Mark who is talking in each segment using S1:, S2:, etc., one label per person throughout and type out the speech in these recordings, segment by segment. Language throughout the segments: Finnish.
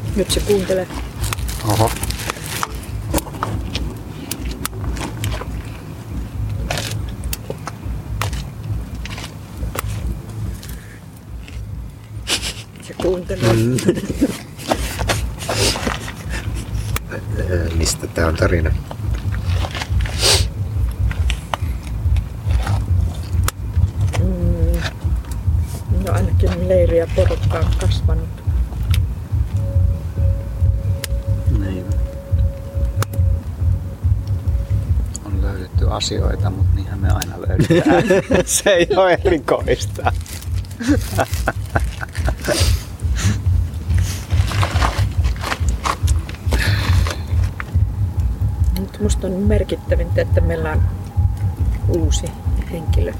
S1: Nyt se kuuntelee.
S2: Oho.
S1: Se kuuntelee.
S3: Mistä tää on tarina?
S1: No ainakin leiri ja porukka on kasvanut.
S2: Niin. On löydetty asioita, mutta niinhän me aina löydetään. Se ei ole erikoista.
S1: Nyt musta on merkittävintä, että meillä on uusi henkilö.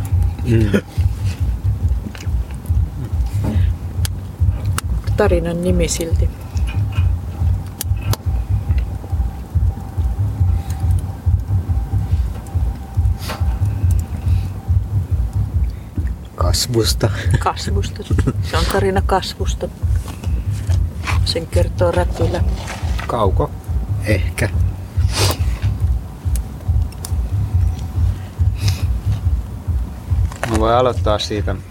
S1: Tarinan nimi silti.
S3: Kasvusta.
S1: Kasvusta. Se on tarina kasvusta. Sen kertoo Räpylä.
S2: Kauko.
S3: Ehkä.
S2: Mä voin aloittaa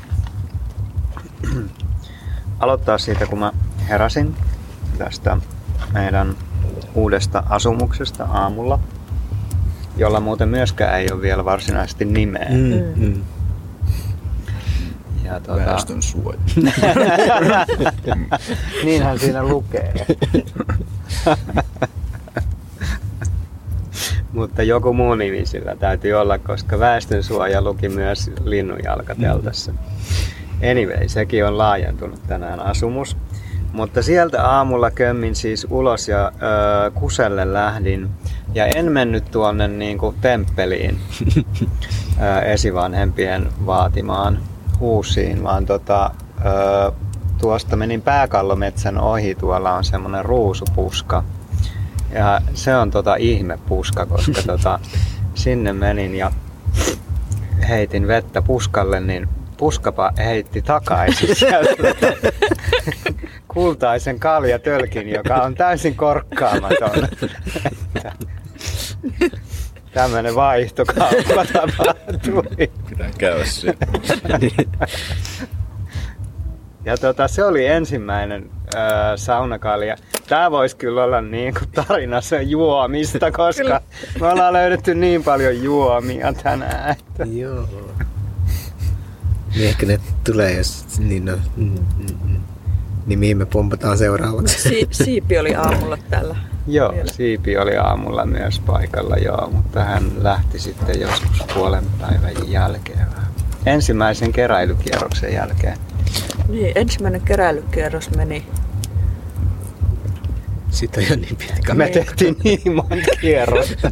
S2: siitä, kun mä heräsin tästä meidän uudesta asumuksesta aamulla, jolla muuten myöskään ei ole vielä varsinaisesti nimeä. Ja
S4: Väestönsuoja.
S2: Niinhän siinä lukee. Mutta joku muu nimi sillä täytyy olla, koska väestönsuoja luki myös linnunjalkateltassa. Anyway, sekin on laajentunut tänään asumus. Mutta sieltä aamulla kömmin siis ulos ja kuselle lähdin. Ja en mennyt tuonne niinku temppeliin esivanhempien vaatimaan huusiin, vaan tuosta menin Pääkallometsän ohi. Tuolla on semmonen ruusupuska. Ja se on ihmepuska, koska sinne menin ja heitin vettä puskalle, niin puskapa heitti takaisin kultaisen kaljatölkin, joka on täysin korkkaamaton. Tämmönen vaihtokauppa tapahtui.
S4: Pitää käydä siellä.
S2: Ja se oli ensimmäinen saunakalja. Tää voisi kyllä olla niinku tarinassa juomista, koska me ollaan löydetty niin paljon juomia tänään. Että...
S3: Joo. Niin ehkä ne tulee, jos niin on. Niin mihin me pompataan seuraavaksi?
S1: Siipi oli aamulla täällä.
S2: Joo, Siipi oli aamulla myös paikalla, joo, mutta hän lähti sitten joskus puolen päivän jälkeen. Ensimmäisen keräilykierroksen jälkeen.
S1: Niin, ensimmäinen keräilykierros meni.
S3: Sitä on jo niin pitkä.
S2: Me tehtiin niin monta kierrosta.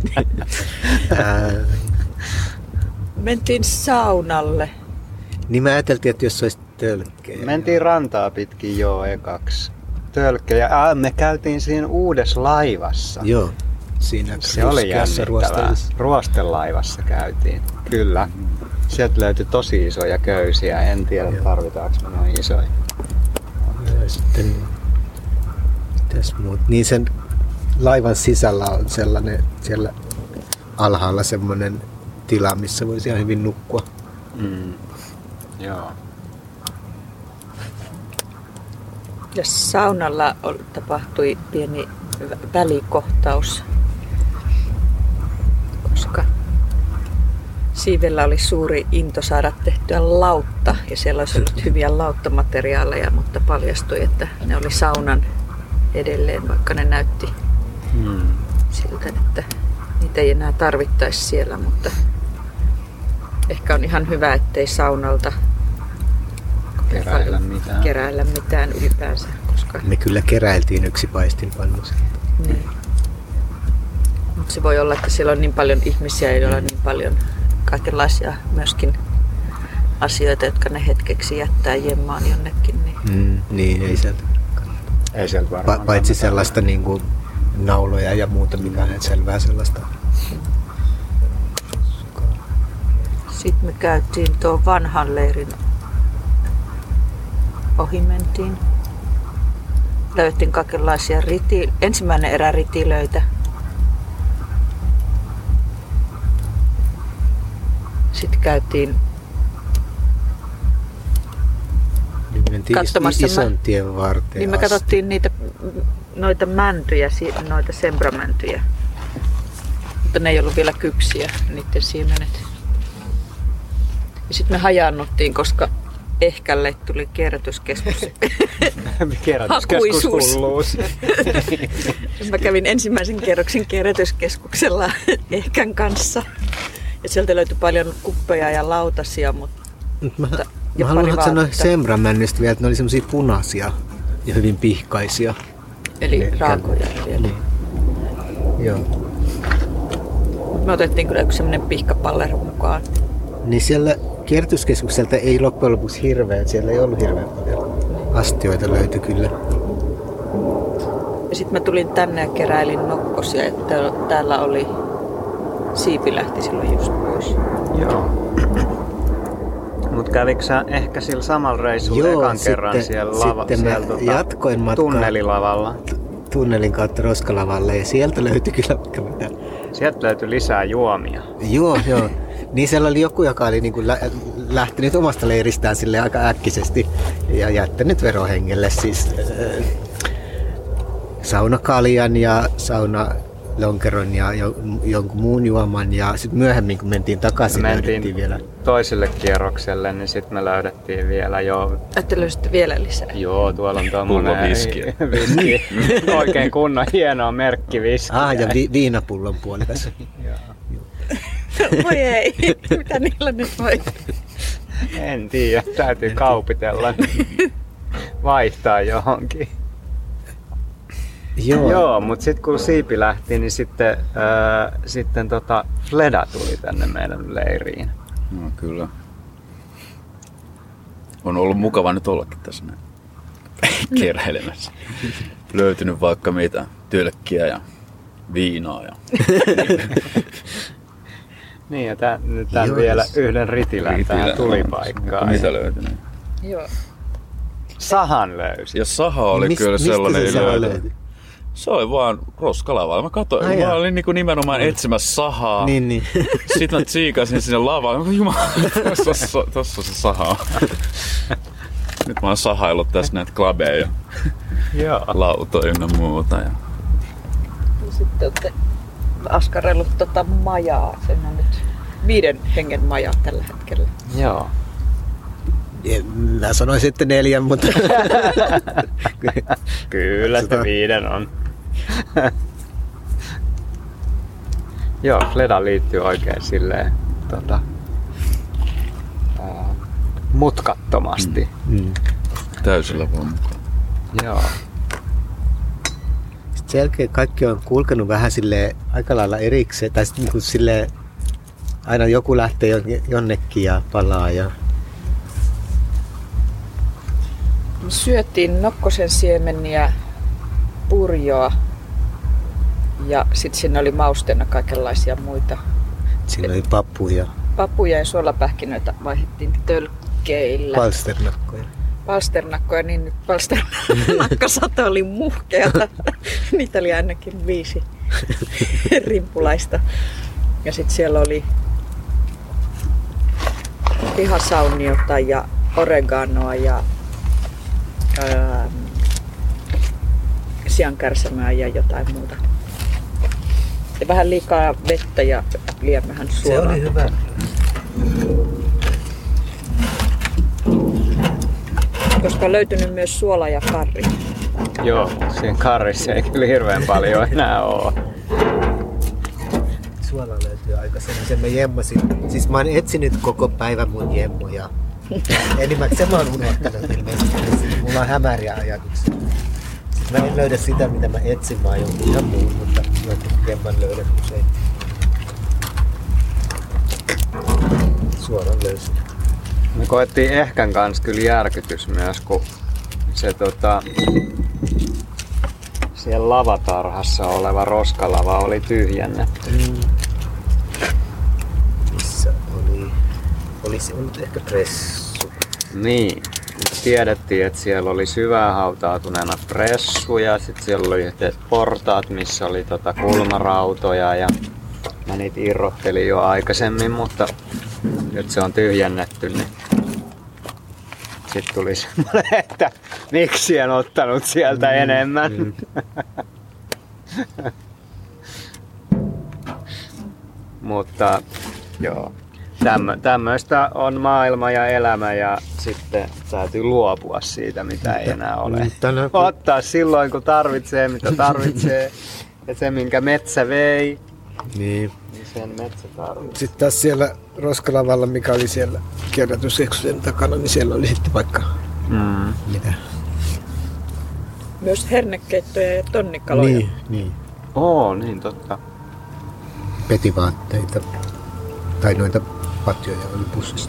S1: Mentiin saunalle.
S3: Niin me ajateltiin, että jos olisi tölkkejä.
S2: Mentiin rantaa pitkin ekaksi. Tölkkejä. Me käytiin siinä uudessa laivassa.
S3: Joo. Siinä
S2: se oli jännittävää. Ruostelaivassa käytiin. Kyllä. Sieltä löytyi tosi isoja köysiä. En tiedä, tarvitaanko me noin isoja.
S3: Ja sitten... Mitäs muut? Niin sen laivan sisällä on sellainen, siellä alhaalla semmoinen tila, missä voisi ihan hyvin nukkua.
S2: Joo.
S1: Ja saunalla tapahtui pieni välikohtaus, koska Siivellä oli suuri into saada tehtyä lautta ja siellä olisi ollut hyviä lauttamateriaaleja, mutta paljastui, että ne oli saunan edelleen, vaikka ne näytti siltä, että niitä ei enää tarvittaisi siellä, mutta ehkä on ihan hyvä, ettei saunalta keräillä mitään ylipäänsä. Koska...
S3: Me kyllä keräiltiin yksi paistinpannu.
S1: Niin. Mutta se voi olla, että siellä on niin paljon ihmisiä, joilla on niin paljon kaikenlaisia myöskin asioita, jotka ne hetkeksi jättää jemmaan jonnekin.
S3: Niin ei sieltä.
S2: Ei sieltä varmaan.
S3: Paitsi sellaista niin kuin nauloja ja muuta, mikä on selvää sellaista.
S1: Sitten me käytiin tuon vanhan leirin ohi mentiin. löydettiin kaikenlaisia ensimmäinen erä ritilöitä. Sitten käytiin katsomassa
S3: ison tien varteen.
S1: Niin me katsottiin noita mäntyjä, noita sembramäntyjä. Mutta ne ei ollut vielä kypsiä, niiden siemenet. Ja sitten me hajaannuttiin, koska Ehkälle tuli kierrätyskeskus.
S2: Kierrätyskeskushulluus.
S1: Mä kävin ensimmäisen kierroksen kierrätyskeskuksella Ehkän kanssa. Ja sieltä löytyi paljon kuppeja ja lautasia,
S3: Mä haluan sanoa sembramännystä vielä, että ne oli semmosia punaisia ja hyvin pihkaisia.
S1: Eli raakoja vielä.
S3: Niin. Joo.
S1: Me otettiin kyllä yksi semmonen pihkapallero mukaan.
S3: Niin siellä kierrätyskeskukselta ei loppujen lopuksi siellä ei ollut hirveän paljon astioita löytyi kyllä.
S1: Ja sitten mä tulin tänne ja keräilin nokkosia, että täällä oli Siipi lähti silloin just pois.
S2: Joo. Mut kävikö sä ehkä sillä samalla reissulla ekan kerran siellä
S3: jatkoin matkaa
S2: tunnelilavalla?
S3: Tunnelin kautta Roskalavalle ja sieltä löytyi kyllä mitä.
S2: Sieltä löytyi lisää juomia.
S3: Joo. Niin siellä oli joku, joka oli niinku lähtenyt omasta leiristään sille aika äkkisesti ja jättänyt verohengelle siis saunakaljan ja saunalonkeron ja jonkun muun juoman ja sitten myöhemmin kun mentiin takaisin löydettiin vielä
S2: toiselle kierrokselle, niin sitten me löydettiin vielä
S1: Että löysitte vielä lisää?
S2: Joo, tuolla on tommonen
S4: viski.
S2: Oikein kunnon hienoa merkkiviskiä.
S3: Ja viinapullon puolikas.
S1: Voi ei, mitä niillä nyt voi?
S2: En tiedä, täytyy kaupitella. Vaihtaa johonkin. Joo, mutta sitten kun Siipi lähti, niin sitten Fleda tuli tänne meidän leiriin.
S4: No kyllä. On ollut mukava nyt ollakin tässä näin keräilemässä. Löytynyt vaikka mitä, tölkkiä ja viinaa. Ja
S2: Niin, ja nyt vielä yhden ritilän tähän tulipaikkaan.
S4: Mitä löytynyt?
S1: Joo.
S2: Sahan löysi.
S4: Ja saha oli kyllä sellainen.
S3: Mistä se löytyi?
S4: Se oli vaan Roskalavalla. Mä katsoin, mä olin niinku nimenomaan etsimässä sahaa.
S3: Niin.
S4: Sitten mä tsiikasin sinne lavalle. Jumala, tossa se saha. Nyt mä oon sahaillut tässä näitä klabeja ja lautoja ynnä muuta. Ja
S1: Sitten olette askarellut majaa. Sen on nyt 5 hengen maja tällä hetkellä.
S2: Joo.
S3: Mä sanoisin, että 4, mutta
S2: Kyllä se 5 on. Joo, Fleda liittyy oikein silleen mutkattomasti.
S4: täysillä vaan mukaan.
S2: Joo.
S3: Sitten sen jälkeen kaikki on kulkenut vähän silleen aika lailla erikseen. Tai sitten niin silleen, aina joku lähtee jonnekin ja palaa. Ja
S1: Syöttiin nokkosen siemeniä, purjoa ja sitten siinä oli mausteena kaikenlaisia muita.
S3: siinä oli papuja.
S1: Papuja ja suolapähkinöitä vaihdettiin tölkkeillä. Palsternakkoja, niin nyt palsternakkasato oli muhkeata. Niitä oli ainakin 5 rimpulaista. Ja sitten siellä oli lihasauniota ja oreganoa ja siankärsämää ja jotain muuta. Ja vähän liikaa vettä ja liian vähän suolaa.
S3: Se oli hyvä.
S1: Koska on löytynyt myös suola ja karri.
S2: Joo, siinä karrissa ei kyllä hirveän paljon enää ole.
S3: Suola löytyy aika sen mä jemmasin. Siis mä oon etsinyt koko päivän mun jemmoja. Enimmäkseen mä oon unohtanut ilmeisesti. Mulla on hämäriä ajatuksia. Siis mä en löydä sitä mitä mä etsin, mä oon jonkun ihan muun, mutta jemman löydän usein. Suoran löysin.
S2: Me koettiin Ehkän kanssa kyllä järkytys myös, kun se siellä lavatarhassa oleva roskalava oli tyhjennetty.
S3: Missä oli? Oli se on ehkä pressu.
S2: Niin. tiedettiin, että siellä oli syvään hautautuneena pressu ja sitten siellä oli yhteiset portaat, missä oli kulmarautoja ja mä niitä irrottelin jo aikaisemmin, mutta nyt se on tyhjennetty, niin sitten tuli semmoinen, että miksi en ottanut sieltä enemmän. Mutta joo, tämmöistä on maailma ja elämä ja sitten täytyy luopua siitä, mitä ei enää ole. Ottaa silloin, kun tarvitsee, mitä tarvitsee ja se, minkä metsä vei, niin sen metsä tarvitsee.
S3: Sitten taas siellä Roskalavalla, mikä oli siellä kierrätyskeskuksen takana, niin siellä oli sitten vaikka mitä.
S1: Myös hernekeittoja ja tonnikaloja.
S3: Niin.
S2: Niin totta.
S3: Petivaatteita tai noita patjoja oli pussissa.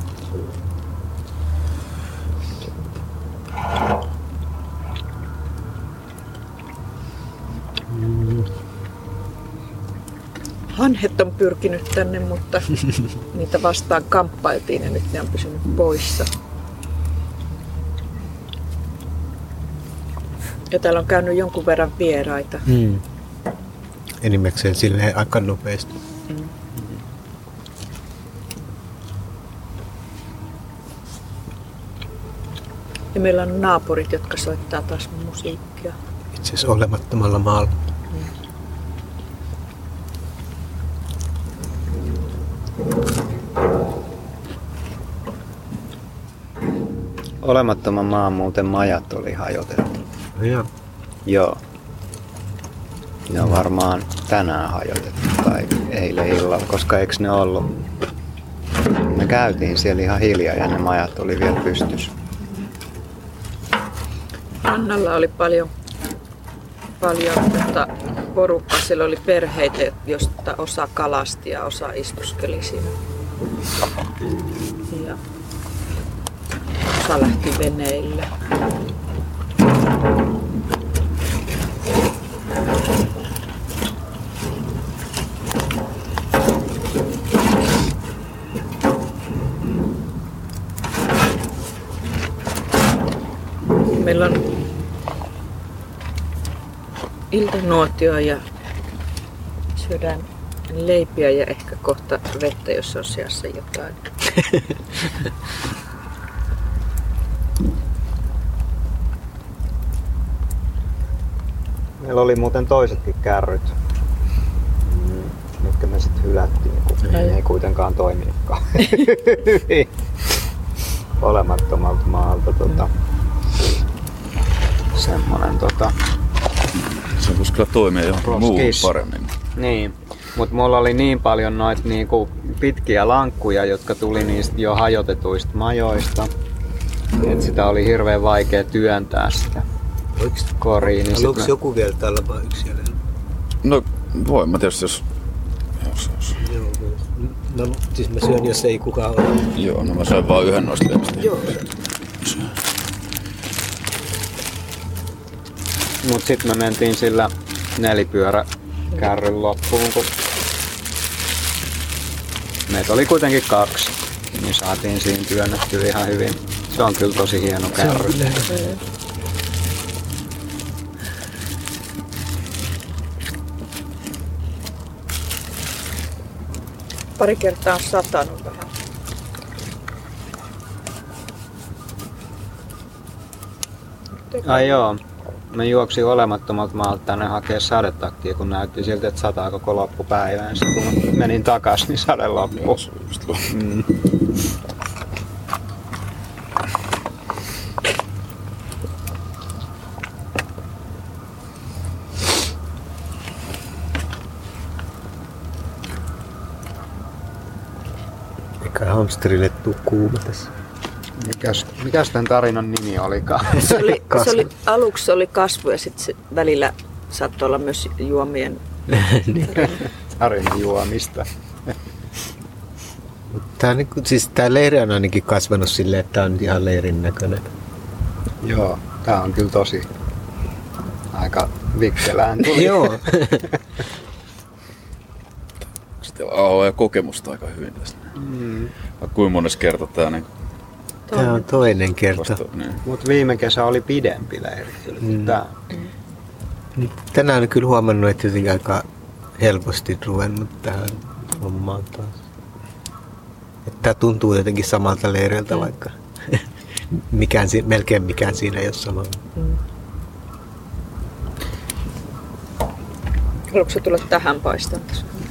S1: Hanhet on pyrkinyt tänne, mutta niitä vastaan kamppailtiin ja nyt ne on pysynyt poissa. Ja täällä on käynyt jonkun verran vieraita.
S3: Enimmäkseen silleen aika nopeasti.
S1: Ja meillä on naapurit, jotka soittaa taas musiikkia.
S3: Itse asiassa olemattomalla maalla.
S2: Olemattoman maan muuten majat oli hajotettu. Joo. Ne on varmaan tänään hajotettu tai eilen illalla, koska eikö ne ollut? Me käytiin siellä ihan hiljaa ja ne majat oli vielä pystyssä.
S1: Rannalla oli paljon porukkaa. Siellä oli perheitä, josta osa kalasti ja osa istuskeli siinä. Ja osa lähti veneille. Meillä on iltanuotio ja syödään leipiä ja ehkä kohta vettä, jos on seassa jotain.
S2: Meillä oli muuten toisetkin kärryt, mitkä me sitten hylättiin, kun ne ei kuitenkaan toiminutkaan hyvin olemattomalta maalta. Semmonen
S4: se voisi kyllä toimia johonkin muuhun paremmin.
S2: Niin, mutta mulla oli niin paljon noita niinku pitkiä lankkuja, jotka tuli niistä jo hajotetuista majoista, että sitä oli hirveän vaikea työntää sitä koriin. Niin
S3: haluatko joku vielä täällä vai yksi jäljellä?
S4: No voin mä tietysti, jos.
S3: No siis mä syön, jos ei kukaan ole.
S4: Joo, no mä söin vaan yhden noista leivistä.
S1: Joo.
S2: Mut sit me mentiin sillä nelipyöräkärryn loppuun, kun meitä oli kuitenkin 2, niin saatiin siinä työnnettyä ihan hyvin. Se on kyllä tosi hieno kärry.
S1: Pari kertaa on satanut vähän.
S2: Ai joo. Mä juoksin olemattomalta maalta tänne hakea sadetakkia, kun näytti siltä, että sataa koko loppupäivän. Sitten kun menin takas, niin sade loppui.
S3: Eikä hamsterille tuu kuuma tässä.
S2: Mikäs tämän tarinan nimi olikaan?
S1: Aluksi oli kasvu ja sitten se välillä saattoi olla myös juomien
S2: tarinan juomista.
S3: Tää leiri on ainakin kasvanut silleen, että tää on ihan leirin näköinen.
S2: Joo, tää on kyllä tosi aika vikkelään tuli.
S3: Joo.
S4: Sitten on kokemusta aika hyvin tästä. Kuinka monessa kertaa tää niin
S3: Tämä on toinen kerta.
S2: Mutta viime kesä oli pidempi leiri. Tää.
S3: Tänään olen kyllä huomannut, että jotenkin aika helposti ruvennut tähän hommaan taas. Tämä tuntuu jotenkin samalta leiriltä, vaikka melkein mikään siinä ei ole sama.
S1: Haluatko tulla tähän paistamaan?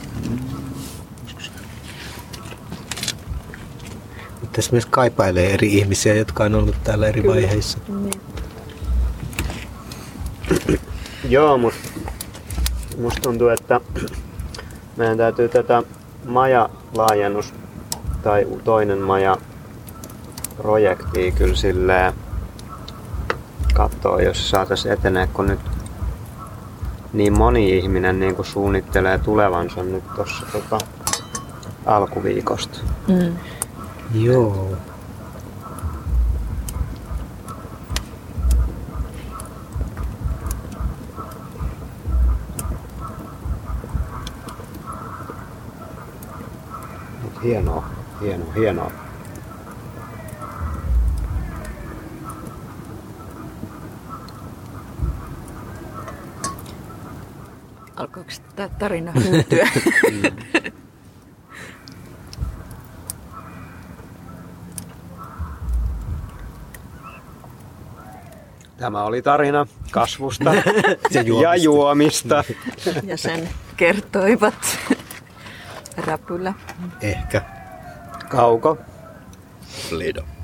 S3: Tässä myös kaipailee eri ihmisiä, jotka on ollut täällä eri vaiheissa.
S2: Joo, musta tuntuu, että meidän täytyy tätä majalaajennus tai toinen maja projektia kyllä silleen katsoa, jos saataisiin etenee, kun nyt niin moni ihminen niin kuin suunnittelee tulevansa nyt tuossa alkuviikosta.
S3: Joo.
S2: Hienoa.
S1: Alkoiko tämä tarina hyytyä?
S2: Tämä oli tarina kasvusta ja juomista.
S1: Ja sen kertoivat Räpylä.
S3: Ehkä.
S2: Kauko.
S4: Lido.